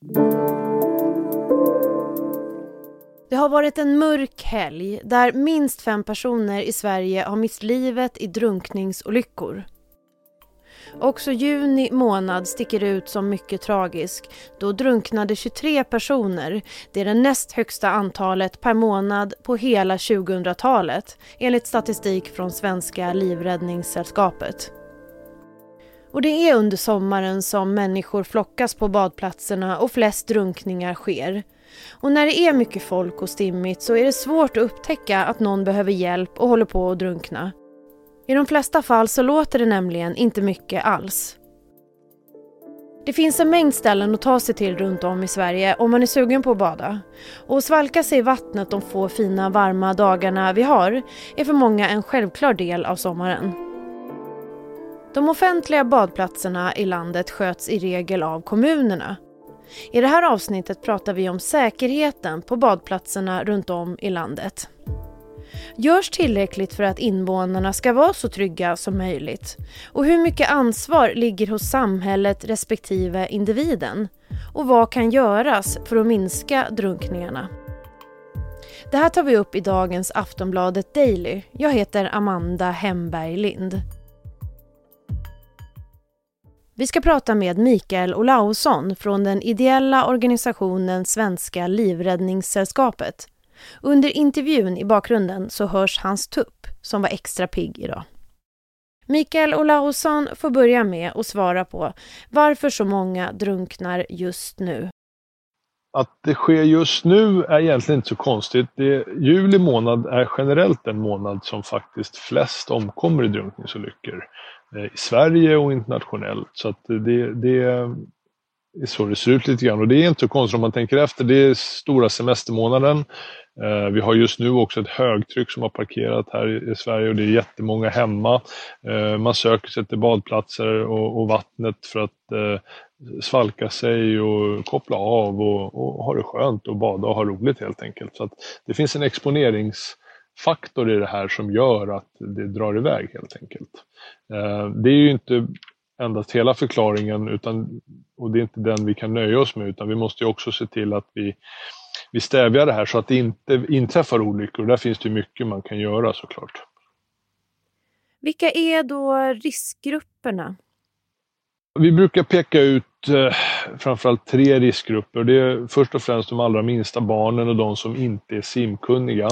Det har varit en mörk helg där minst 5 personer i Sverige har mist livet i drunkningsolyckor. Också juni månad sticker ut som mycket tragisk. Då drunknade 23 personer. Det är det näst högsta antalet per månad på hela 2000-talet, enligt statistik från Svenska livräddningssällskapet. Och det är under sommaren som människor flockas på badplatserna och flest drunkningar sker. Och när det är mycket folk och stimmigt så är det svårt att upptäcka att någon behöver hjälp och håller på att drunkna. I de flesta fall så låter det nämligen inte mycket alls. Det finns en mängd ställen att ta sig till runt om i Sverige om man är sugen på att bada. Och att svalka sig i vattnet de få fina varma dagarna vi har är för många en självklar del av sommaren. De offentliga badplatserna i landet sköts i regel av kommunerna. I det här avsnittet pratar vi om säkerheten på badplatserna runt om i landet. Görs tillräckligt för att invånarna ska vara så trygga som möjligt? Och hur mycket ansvar ligger hos samhället respektive individen? Och vad kan göras för att minska drunkningarna? Det här tar vi upp i dagens Aftonbladet Daily. Jag heter Amanda Hemberg Lind. Vi ska prata med Mikael Olausson från den ideella organisationen Svenska livräddningssällskapet. Under intervjun i bakgrunden så hörs hans tupp som var extra pigg idag. Mikael Olausson får börja med att svara på varför så många drunknar just nu. Att det sker just nu är egentligen inte så konstigt. Juli månad är generellt en månad som faktiskt flest omkommer i drunkningsolyckor. I Sverige och internationellt. Så att det är så det ser ut lite grann. Och det är inte så konstigt om man tänker efter. Det är stora semestermånaden. Vi har just nu också ett högtryck som har parkerat här i Sverige och det är jättemånga hemma. Man söker sig till badplatser och vattnet för att svalka sig och koppla av och ha det skönt och bada och ha roligt helt enkelt. Så att det finns en exponeringsfaktor i det här som gör att det drar iväg helt enkelt. Det är ju inte endast hela förklaringen och det är inte den vi kan nöja oss med, utan vi måste ju också se till att vi stävjar det här så att det inte inträffar olyckor. Där finns det mycket man kan göra såklart. Vilka är då riskgrupperna? Vi brukar peka ut framförallt 3 riskgrupper. Det är först och främst de allra minsta barnen och de som inte är simkunniga.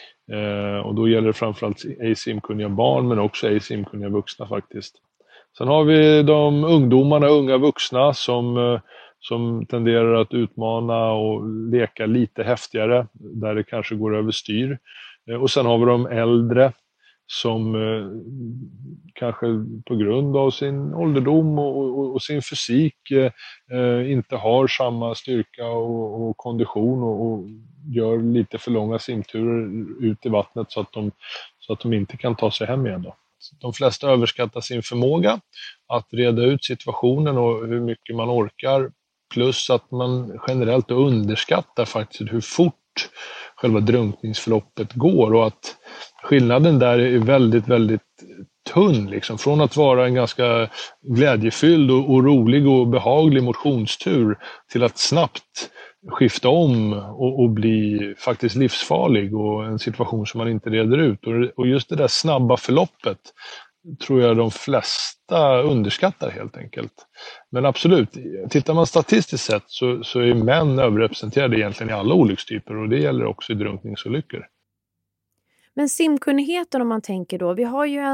Och då gäller det framförallt ej simkunniga barn men också ej simkunniga vuxna faktiskt. Sen har vi de ungdomarna, unga vuxna som tenderar att utmana och leka lite häftigare där det kanske går överstyr. Och sen har vi de äldre som kanske på grund av sin ålderdom och sin fysik inte har samma styrka och kondition och gör lite för långa simturer ut i vattnet så att de inte kan ta sig hem igen då. De flesta överskattar sin förmåga att reda ut situationen och hur mycket man orkar. Plus att man generellt underskattar faktiskt hur fort själva drunkningsförloppet går. Och att skillnaden där är väldigt, väldigt tunn. Liksom. Från att vara en ganska glädjefylld och rolig och behaglig motionstur till att snabbt skifta om och bli faktiskt livsfarlig och en situation som man inte reder ut. Och just det där snabba förloppet tror jag de flesta underskattar helt enkelt. Men absolut, tittar man statistiskt sett så är män överrepresenterade egentligen i alla olyckstyper och det gäller också i drunkningsolyckor. Men simkunnigheten om man tänker då, vi har ju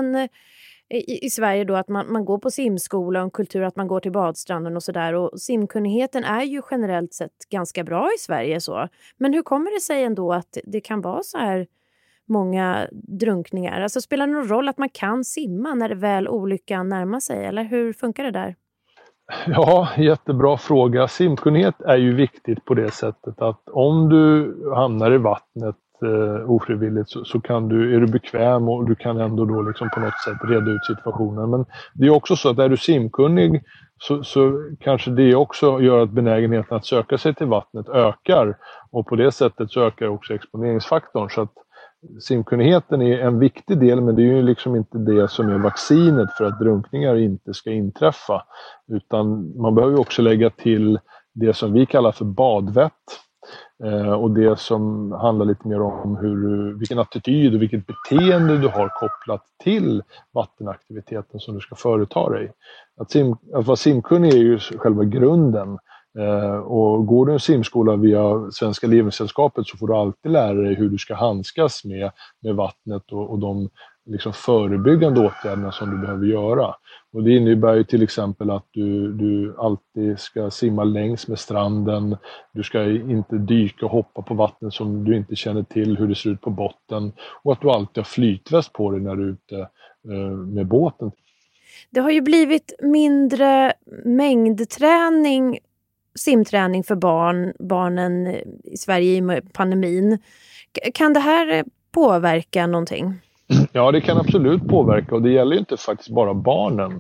i Sverige då att man går på simskola och en kultur att man går till badstranden och sådär och simkunnigheten är ju generellt sett ganska bra i Sverige så. Men hur kommer det sig ändå att det kan vara så här många drunkningar? Alltså spelar det någon roll att man kan simma när det väl olyckan närmar sig eller hur funkar det där? Ja, jättebra fråga. Simkunnighet är ju viktigt på det sättet att om du hamnar i vattnet ofrivilligt så är du bekväm och du kan ändå då liksom på något sätt reda ut situationen. Men det är också så att är du simkunnig så kanske det också gör att benägenheten att söka sig till vattnet ökar och på det sättet så ökar också exponeringsfaktorn. Så att simkunnigheten är en viktig del men det är ju liksom inte det som är vaccinet för att drunkningar inte ska inträffa. Utan man behöver ju också lägga till det som vi kallar för badvett. Och det som handlar lite mer om vilken attityd och vilket beteende du har kopplat till vattenaktiviteten som du ska företa dig. Att vara simkunnig är ju själva grunden. Och går du en simskola via Svenska Livräddningssällskapet så får du alltid lära dig hur du ska handskas med vattnet och de liksom förebyggande åtgärderna som du behöver göra. Och det innebär ju till exempel att du alltid ska simma längs med stranden. Du ska inte dyka och hoppa på vatten som du inte känner till hur det ser ut på botten. Och att du alltid har flytväst på dig när du är ute med båten. Det har ju blivit mindre mängdträning, simträning för barnen i Sverige i pandemin. Kan det här påverka någonting? Ja, det kan absolut påverka och det gäller ju inte faktiskt bara barnen.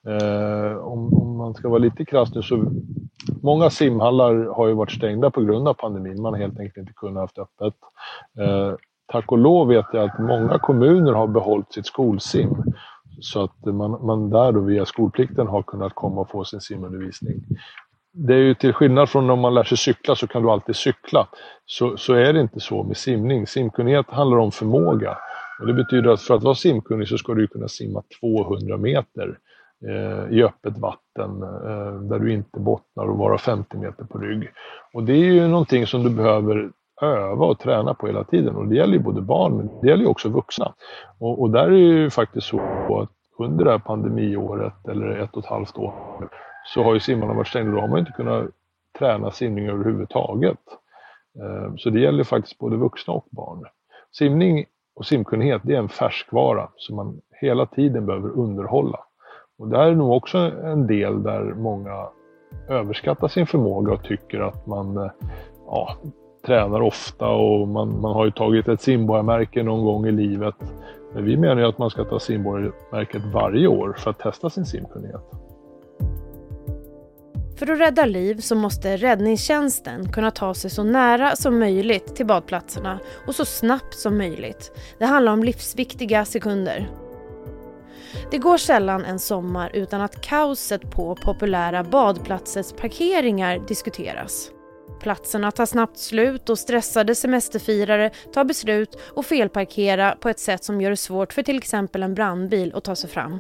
Om man ska vara lite krass nu så många simhallar har ju varit stängda på grund av pandemin. Man har helt enkelt inte kunnat haft öppet. Tack och lov vet jag att många kommuner har behållit sitt skolsim. Så att man där då via skolplikten har kunnat komma och få sin simundervisning. Det är ju till skillnad från om man lär sig cykla så kan du alltid cykla. Så är det inte så med simning. Simkunnighet handlar om förmåga. Och det betyder att för att vara simkunnig så ska du kunna simma 200 meter i öppet vatten där du inte bottnar och vara 50 meter på rygg. Och det är ju någonting som du behöver öva och träna på hela tiden. Och det gäller ju både barn men det gäller ju också vuxna. Och där är det ju faktiskt så att under det här pandemiåret eller 1,5 år så har ju simmarna varit stängda och då har man inte kunnat träna simning överhuvudtaget. Så det gäller faktiskt både vuxna och barn. Simning och simkunnighet, det är en färskvara som man hela tiden behöver underhålla. Och det här är nog också en del där många överskattar sin förmåga och tycker att man tränar ofta och man har ju tagit ett simborgarmärke någon gång i livet. Men vi menar ju att man ska ta simborgarmärket varje år för att testa sin simkunnighet. För att rädda liv så måste räddningstjänsten kunna ta sig så nära som möjligt till badplatserna och så snabbt som möjligt. Det handlar om livsviktiga sekunder. Det går sällan en sommar utan att kaoset på populära badplatsers parkeringar diskuteras. Platserna tar snabbt slut och stressade semesterfirare tar beslut och felparkera på ett sätt som gör det svårt för till exempel en brandbil att ta sig fram.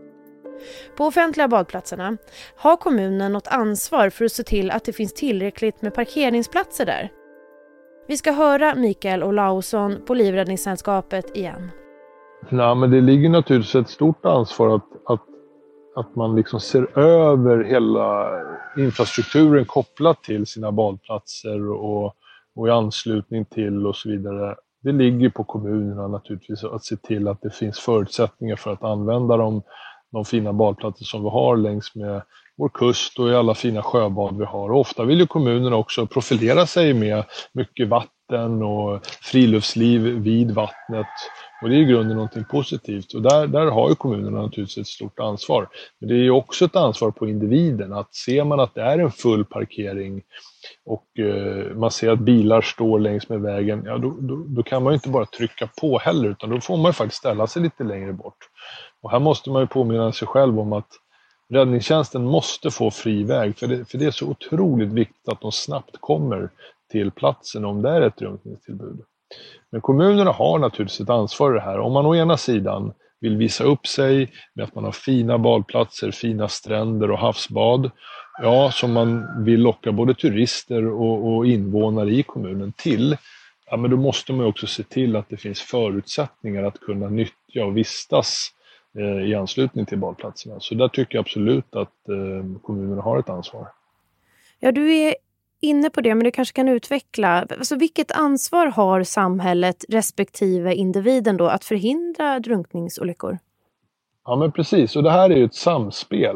På offentliga badplatserna har kommunen något ansvar för att se till att det finns tillräckligt med parkeringsplatser där. Vi ska höra Mikael Olausson på Livräddningssällskapet igen. Nej, men det ligger naturligtvis ett stort ansvar att man liksom ser över hela infrastrukturen kopplat till sina badplatser och i anslutning till och så vidare. Det ligger på kommunerna naturligtvis att se till att det finns förutsättningar för att använda de fina badplatser som vi har längs med vår kust och i alla fina sjöbad vi har. Och ofta vill ju kommunerna också profilera sig med mycket vatten och friluftsliv vid vattnet. Och det är i grunden någonting positivt. Och där har ju kommunerna naturligtvis ett stort ansvar. Men det är ju också ett ansvar på individen. Att ser man att det är en full parkering och man ser att bilar står längs med vägen. Ja, då kan man ju inte bara trycka på heller utan då får man ju faktiskt ställa sig lite längre bort. Och här måste man ju påminna sig själv om att räddningstjänsten måste få fri väg. För det är så otroligt viktigt att de snabbt kommer till platsen om det är ett drunkningstillbud. Men kommunerna har naturligtvis ett ansvar i det här. Om man å ena sidan vill visa upp sig med att man har fina badplatser, fina stränder och havsbad. Ja, som man vill locka både turister och invånare i kommunen till. Ja, men då måste man också se till att det finns förutsättningar att kunna nyttja och vistas i anslutning till badplatserna. Så där tycker jag absolut att kommunerna har ett ansvar. Ja, du är inne på det, men du kanske kan utveckla. Alltså, vilket ansvar har samhället respektive individen då att förhindra drunkningsolyckor? Ja, men precis. Och det här är ju ett samspel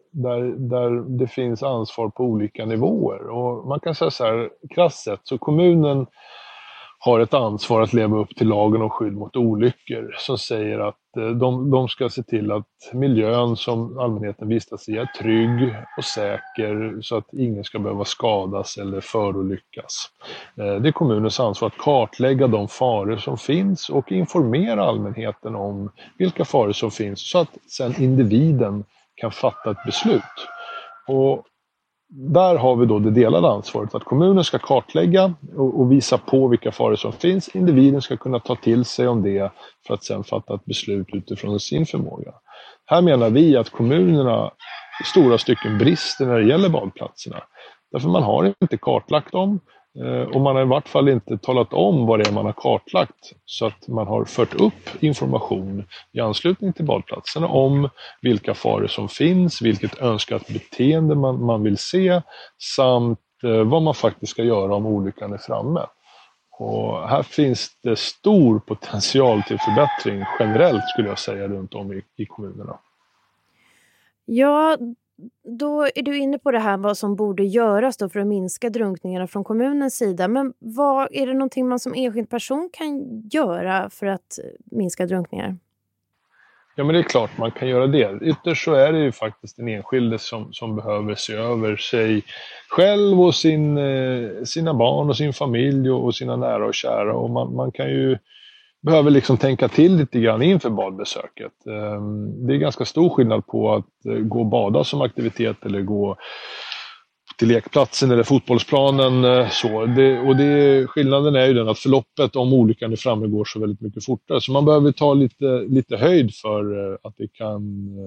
där det finns ansvar på olika nivåer. Och man kan säga så här, krasst sett, så kommunen har ett ansvar att leva upp till lagen om skydd mot olyckor som säger att de ska se till att miljön som allmänheten vistas i är trygg och säker så att ingen ska behöva skadas eller förolyckas. Det är kommunens ansvar att kartlägga de faror som finns och informera allmänheten om vilka faror som finns så att sen individen kan fatta ett beslut. Och Där har vi då det delade ansvaret att kommunen ska kartlägga och visa på vilka faror som finns. Individen ska kunna ta till sig om det för att sedan fatta ett beslut utifrån sin förmåga. Här menar vi att kommunerna i stora stycken brister när det gäller badplatserna. Därför man har inte kartlagt dem och man har i vart fall inte talat om vad det är man har kartlagt, så att man har fört upp information i anslutning till badplatserna om vilka faror som finns, vilket önskat beteende man vill se samt vad man faktiskt ska göra om olyckan är framme. Och här finns det stor potential till förbättring generellt, skulle jag säga, runt om i kommunerna. Ja, då är du inne på det här vad som borde göras då för att minska drunkningarna från kommunens sida. Men är det någonting man som enskild person kan göra för att minska drunkningar? Ja, men det är klart man kan göra det. Ytterst så är det ju faktiskt den enskilde som behöver se över sig själv och sina barn och sin familj och sina nära och kära. Och man kan ju behöver liksom tänka till lite grann inför badbesöket. Det är ganska stor skillnad på att gå och bada som aktivitet eller gå till lekplatsen eller fotbollsplanen. Skillnaden är ju den att förloppet om olyckan är framme går så väldigt mycket fortare. Så man behöver ta lite höjd för att det kan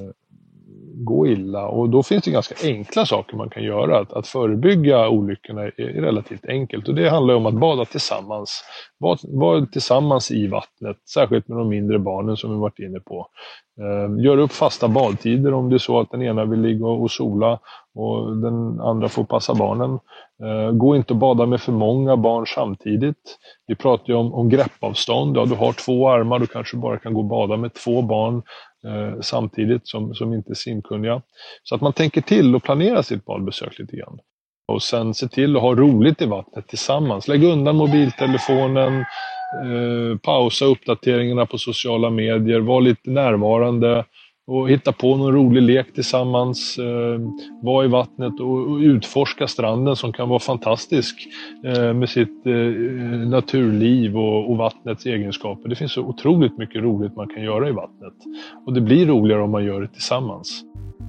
gå illa. Och då finns det ganska enkla saker man kan göra. Att förebygga olyckorna är relativt enkelt. Och det handlar om att bada tillsammans. Vara tillsammans i vattnet. Särskilt med de mindre barnen som vi varit inne på. Gör upp fasta badtider om det är så att den ena vill ligga och sola och den andra får passa barnen. Gå inte och bada med för många barn samtidigt. Vi pratar ju om greppavstånd. Ja, du har 2 armar, du kanske bara kan gå och bada med 2 barn samtidigt som inte är simkunniga. Så att man tänker till och planerar sitt badbesök lite grann. Och sen se till att ha roligt i vattnet tillsammans. Lägg undan mobiltelefonen, pausa uppdateringarna på sociala medier, var lite närvarande och hitta på någon rolig lek tillsammans, vara i vattnet och utforska stranden som kan vara fantastisk med sitt naturliv och vattnets egenskaper. Det finns så otroligt mycket roligt man kan göra i vattnet och det blir roligare om man gör det tillsammans.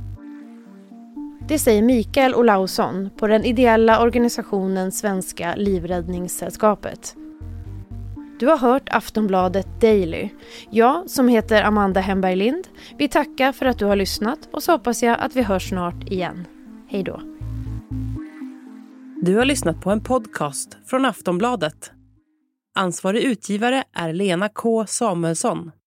Det säger Mikael Olausson på den ideella organisationen Svenska Livräddningssällskapet. Du har hört Aftonbladet Daily. Jag som heter Amanda Hemberg Lind. Vi tackar för att du har lyssnat och så hoppas jag att vi hörs snart igen. Hej då. Du har lyssnat på en podcast från Aftonbladet. Ansvarig utgivare är Lena K. Samuelsson.